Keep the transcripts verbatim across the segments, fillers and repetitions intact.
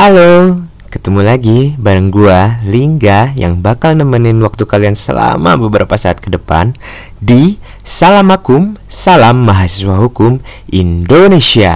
Halo, ketemu lagi bareng gua, Lingga, yang bakal nemenin waktu kalian selama beberapa saat ke depan di Salam Hukum, Salam Mahasiswa Hukum Indonesia.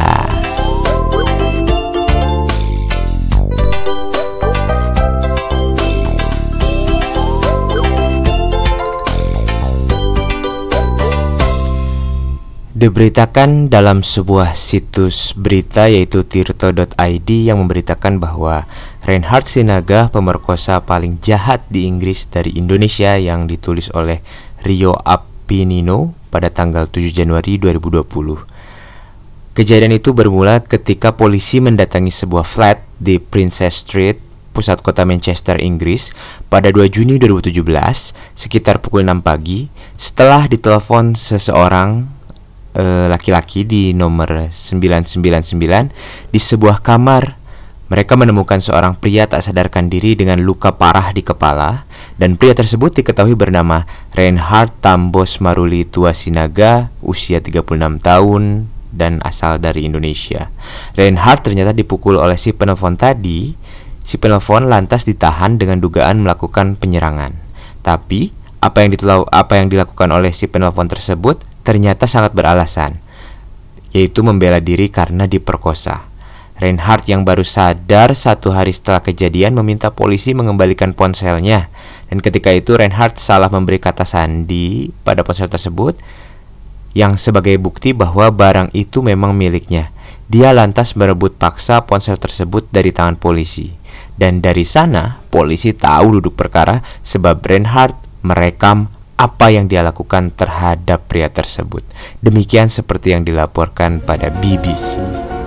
Diberitakan dalam sebuah situs berita yaitu tirto dot i d yang memberitakan bahwa Reinhard Sinaga, pemerkosa paling jahat di Inggris dari Indonesia, yang ditulis oleh Rio Apinino pada tanggal tujuh Januari dua ribu dua puluh. Kejadian itu bermula ketika polisi mendatangi sebuah flat di Princess Street, pusat kota Manchester, Inggris, pada dua Juni dua ribu tujuh belas sekitar pukul enam pagi setelah ditelepon seseorang laki-laki di nomor sembilan sembilan sembilan di sebuah kamar. Mereka menemukan seorang pria tak sadarkan diri dengan luka parah di kepala, dan pria tersebut diketahui bernama Reinhard Tambos Maruli Tua Sinaga, usia tiga puluh enam tahun dan asal dari Indonesia. Reinhard ternyata dipukul oleh si penelpon tadi. Si penelpon lantas ditahan dengan dugaan melakukan penyerangan. Tapi apa yang ditelau, apa yang dilakukan oleh si penelpon tersebut ternyata sangat beralasan, yaitu membela diri karena diperkosa. Reinhard yang baru sadar satu hari setelah kejadian meminta polisi mengembalikan ponselnya, dan ketika itu Reinhard salah memberi kata sandi pada ponsel tersebut yang sebagai bukti bahwa barang itu memang miliknya. Dia lantas merebut paksa ponsel tersebut dari tangan polisi, dan dari sana polisi tahu duduk perkara sebab Reinhard merekam apa yang dia lakukan terhadap pria tersebut. Demikian seperti yang dilaporkan pada B B C.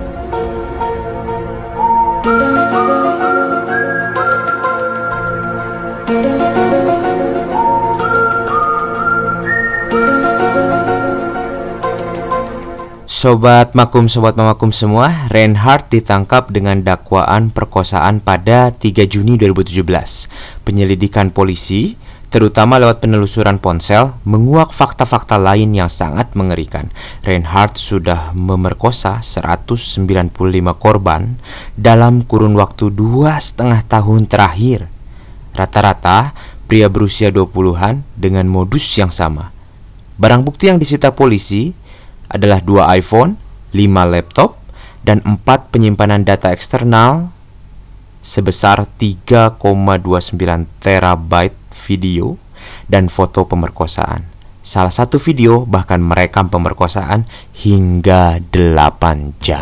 Sobat Makum, Sobat Mamakum semua, Reinhard ditangkap dengan dakwaan perkosaan pada tiga Juni dua ribu tujuh belas. Penyelidikan polisi, terutama lewat penelusuran ponsel, menguak fakta-fakta lain yang sangat mengerikan. Reinhard sudah memerkosa seratus sembilan puluh lima korban dalam kurun waktu dua setengah tahun terakhir. Rata-rata pria berusia dua puluhan dengan modus yang sama. Barang bukti yang disita polisi adalah dua iPhone, lima laptop, dan empat penyimpanan data eksternal sebesar tiga koma dua sembilan terabyte video dan foto pemerkosaan. Salah satu video bahkan merekam pemerkosaan hingga delapan jam.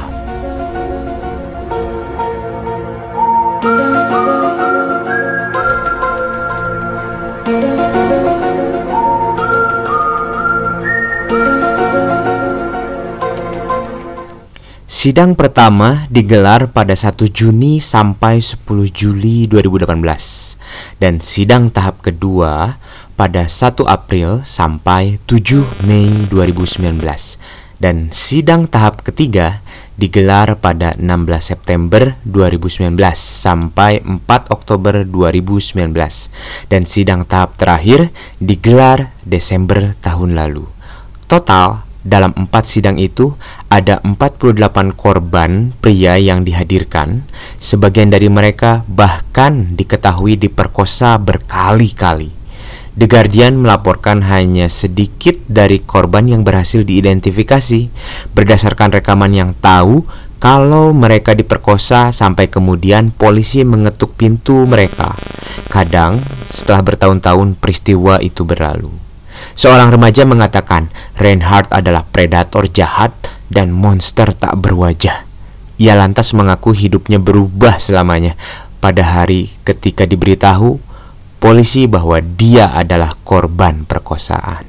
Sidang pertama digelar pada satu Juni sampai sepuluh Juli dua ribu delapan belas, dan sidang tahap kedua pada satu April sampai tujuh Mei dua ribu sembilan belas, dan sidang tahap ketiga digelar pada enam belas September dua ribu sembilan belas sampai empat Oktober dua ribu sembilan belas, dan sidang tahap terakhir digelar Desember tahun lalu. Total dalam empat sidang itu ada empat puluh delapan korban pria yang dihadirkan. Sebagian dari mereka bahkan diketahui diperkosa berkali-kali. The Guardian melaporkan hanya sedikit dari korban yang berhasil diidentifikasi berdasarkan rekaman yang tahu kalau mereka diperkosa sampai kemudian polisi mengetuk pintu mereka. Kadang setelah bertahun-tahun peristiwa itu berlalu. Seorang remaja mengatakan Reinhard adalah predator jahat dan monster tak berwajah. Ia lantas mengaku hidupnya berubah selamanya pada hari ketika diberitahu polisi bahwa dia adalah korban perkosaan.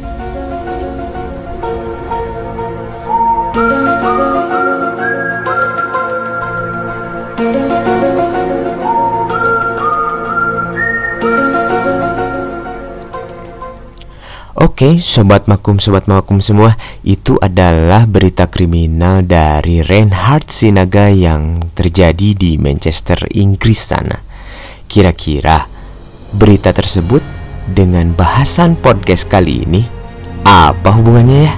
Oke, Sobat Makum, Sobat Makum semua, itu adalah berita kriminal dari Reinhard Sinaga yang terjadi di Manchester, Inggris sana. Kira-kira berita tersebut dengan bahasan podcast kali ini apa hubungannya ya?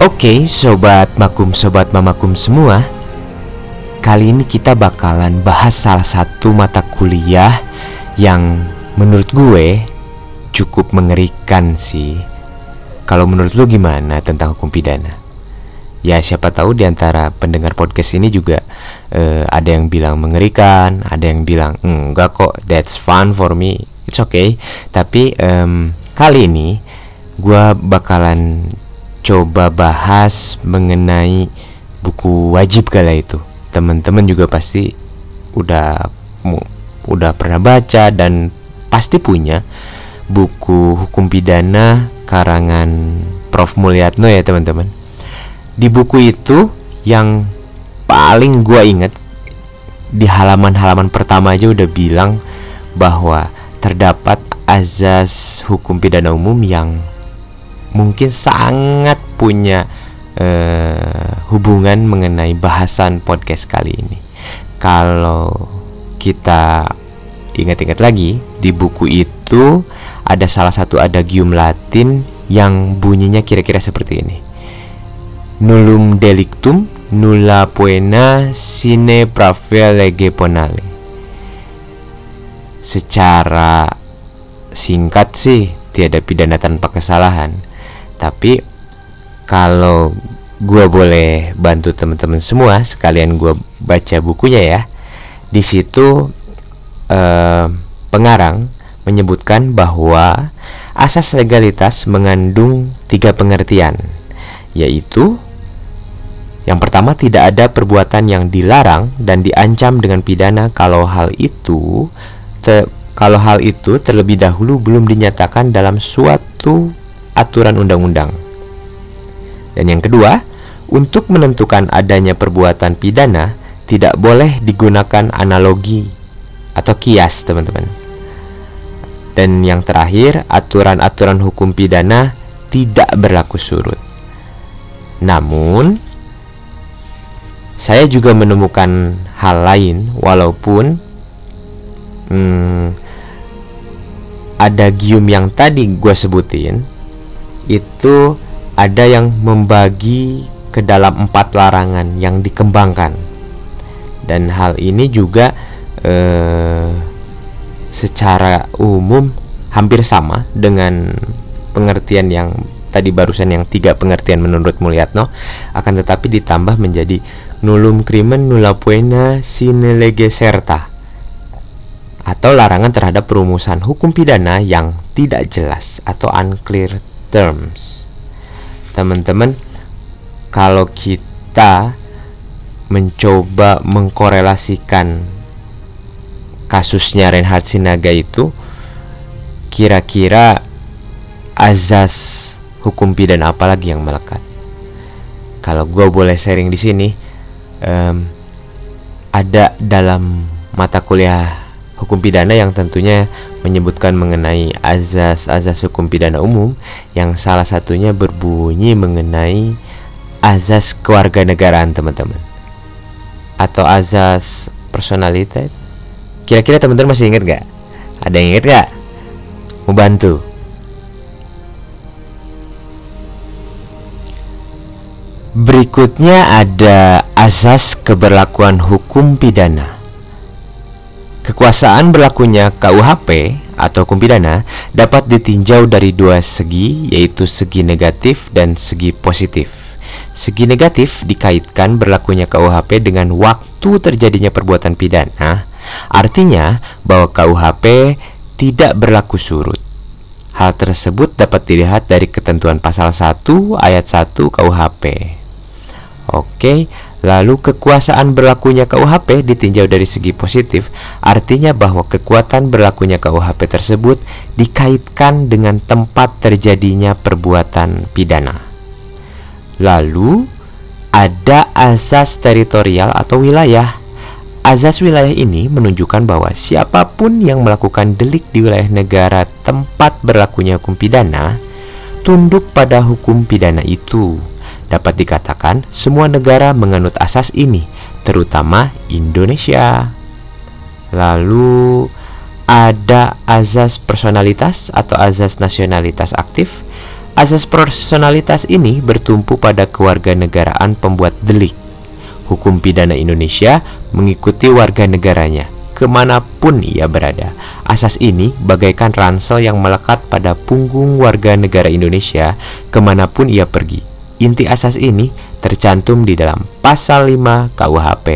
Oke, sobat makum, sobat mamakum semua. Kali ini kita bakalan bahas salah satu mata kuliah yang menurut gue cukup mengerikan sih. Kalau menurut lu gimana tentang hukum pidana? Ya siapa tahu di antara pendengar podcast ini juga uh, ada yang bilang mengerikan, ada yang bilang enggak kok, that's fun for me, it's okay. Tapi um, kali ini gue bakalan coba bahas mengenai buku wajib kala itu. Teman-teman juga pasti udah udah pernah baca dan pasti punya buku hukum pidana karangan Prof Mulyatno ya teman-teman. Di buku itu yang paling gua inget, di halaman-halaman pertama aja udah bilang bahwa terdapat azas hukum pidana umum yang mungkin sangat punya Uh, hubungan mengenai bahasan podcast kali ini. Kalau kita ingat-ingat lagi, di buku itu ada salah satu adagium Latin yang bunyinya kira-kira seperti ini: nullum delictum nulla poena sine prave lege ponale. Secara singkat sih, tiada pidana tanpa kesalahan. Tapi kalau gue boleh bantu teman-teman semua, sekalian gue baca bukunya ya. Di situ eh, pengarang menyebutkan bahwa asas legalitas mengandung tiga pengertian, yaitu yang pertama, tidak ada perbuatan yang dilarang dan diancam dengan pidana kalau hal itu te, kalau hal itu terlebih dahulu belum dinyatakan dalam suatu aturan undang-undang. Dan yang kedua, untuk menentukan adanya perbuatan pidana tidak boleh digunakan analogi atau kias, teman-teman. Dan yang terakhir, aturan-aturan hukum pidana tidak berlaku surut. Namun, saya juga menemukan hal lain, walaupun hmm, adagium yang tadi gue sebutin itu ada yang membagi ke dalam empat larangan yang dikembangkan. Dan hal ini juga eh, secara umum hampir sama dengan pengertian yang tadi barusan, yang tiga pengertian menurut Mulyatno, akan tetapi ditambah menjadi nullum crimen nulla poena sine lege serta, atau larangan terhadap perumusan hukum pidana yang tidak jelas atau unclear terms. Teman-teman, kalau kita mencoba mengkorelasikan kasusnya Reinhard Sinaga itu, kira-kira azas hukum pidana apa lagi yang melekat? Kalau gue boleh sharing di sini, um, ada dalam mata kuliah hukum pidana yang tentunya menyebutkan mengenai azas-azas hukum pidana umum, yang salah satunya berbunyi mengenai azas kewarganegaraan, teman-teman, atau azas personalitas. Kira-kira teman-teman masih ingat gak? Ada yang ingat gak? Mau bantu? Berikutnya ada azas keberlakuan hukum pidana. Kekuasaan berlakunya K U H P atau hukum pidana dapat ditinjau dari dua segi, yaitu segi negatif dan segi positif. Segi negatif dikaitkan berlakunya K U H P dengan waktu terjadinya perbuatan pidana, artinya bahwa K U H P tidak berlaku surut. Hal tersebut dapat dilihat dari ketentuan pasal satu ayat satu K U H P. Oke, lalu kekuasaan berlakunya K U H P ditinjau dari segi positif, artinya bahwa kekuatan berlakunya K U H P tersebut dikaitkan dengan tempat terjadinya perbuatan pidana. Lalu ada azas teritorial atau wilayah. Azas wilayah ini menunjukkan bahwa siapapun yang melakukan delik di wilayah negara tempat berlakunya hukum pidana tunduk pada hukum pidana itu. Dapat dikatakan semua negara menganut asas ini, terutama Indonesia. Lalu ada azas personalitas atau azas nasionalitas aktif. Asas proporsionalitas ini bertumpu pada kewarganegaraan pembuat delik. Hukum pidana Indonesia mengikuti warga negaranya kemanapun ia berada. Asas ini bagaikan ransel yang melekat pada punggung warga negara Indonesia kemanapun ia pergi. Inti asas ini tercantum di dalam pasal lima K U H P.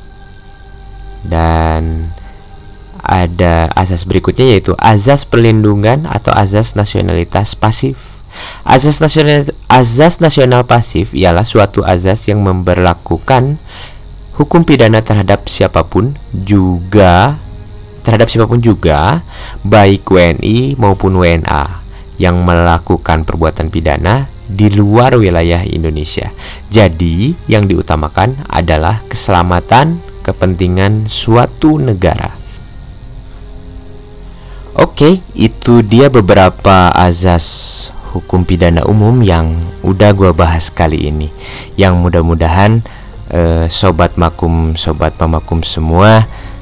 Dan ada asas berikutnya, yaitu azas perlindungan atau azas nasionalitas pasif. Azas nasional azas nasional pasif ialah suatu azas yang memberlakukan hukum pidana terhadap siapapun juga terhadap siapapun juga baik W N I maupun W N A yang melakukan perbuatan pidana di luar wilayah Indonesia. Jadi, yang diutamakan adalah keselamatan kepentingan suatu negara. Oke, itu dia beberapa azas hukum pidana umum yang udah gue bahas kali ini, yang mudah-mudahan eh, sobat makum, sobat pemakum semua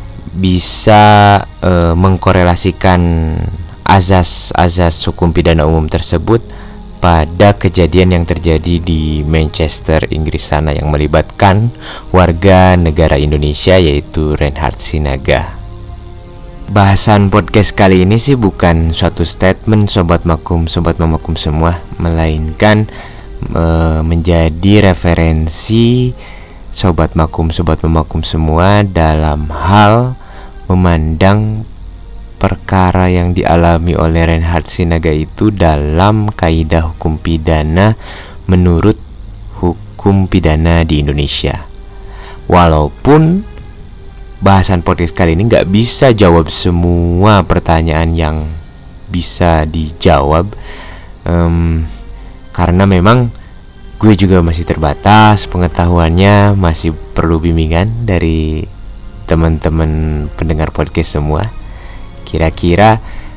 bisa eh, mengkorelasikan azas-azas hukum pidana umum tersebut pada kejadian yang terjadi di Manchester, Inggris sana, yang melibatkan warga negara Indonesia, yaitu Reinhard Sinaga. Bahasan podcast kali ini sih bukan suatu statement sobat makum, sobat memakum semua, melainkan e, menjadi referensi sobat makum, sobat memakum semua dalam hal memandang perkara yang dialami oleh Reinhard Sinaga itu dalam kaidah hukum pidana menurut hukum pidana di Indonesia. Walaupun bahasan podcast kali ini nggak bisa jawab semua pertanyaan yang bisa dijawab, um, karena memang gue juga masih terbatas pengetahuannya, masih perlu bimbingan dari teman-teman pendengar podcast semua. Kira-kira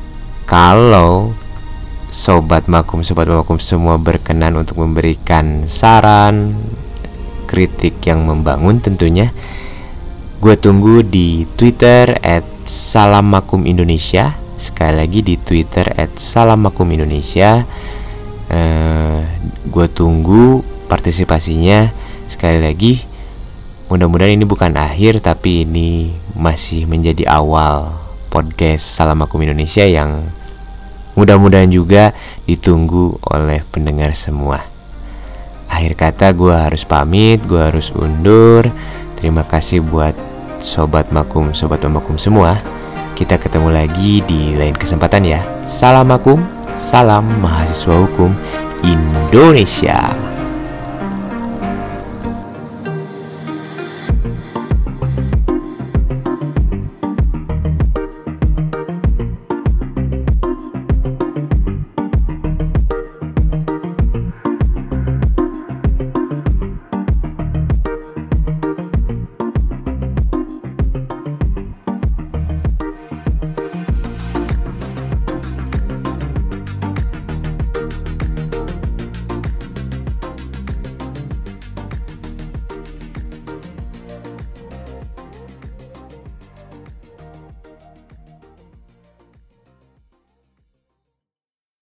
kalau sobat makum, sobat makum semua berkenan untuk memberikan saran, kritik yang membangun tentunya, gue tunggu di Twitter at salamakumindonesia. Sekali lagi di Twitter at salamakumindonesia. uh, Gue tunggu partisipasinya. Sekali lagi, mudah-mudahan ini bukan akhir, tapi ini masih menjadi awal podcast Salam Makum Indonesia yang mudah-mudahan juga ditunggu oleh pendengar semua. Akhir kata, gue harus pamit, gue harus undur. Terima kasih buat sobat makum, sobat memakum semua. Kita ketemu lagi di lain kesempatan ya. Salam makum, salam mahasiswa hukum Indonesia.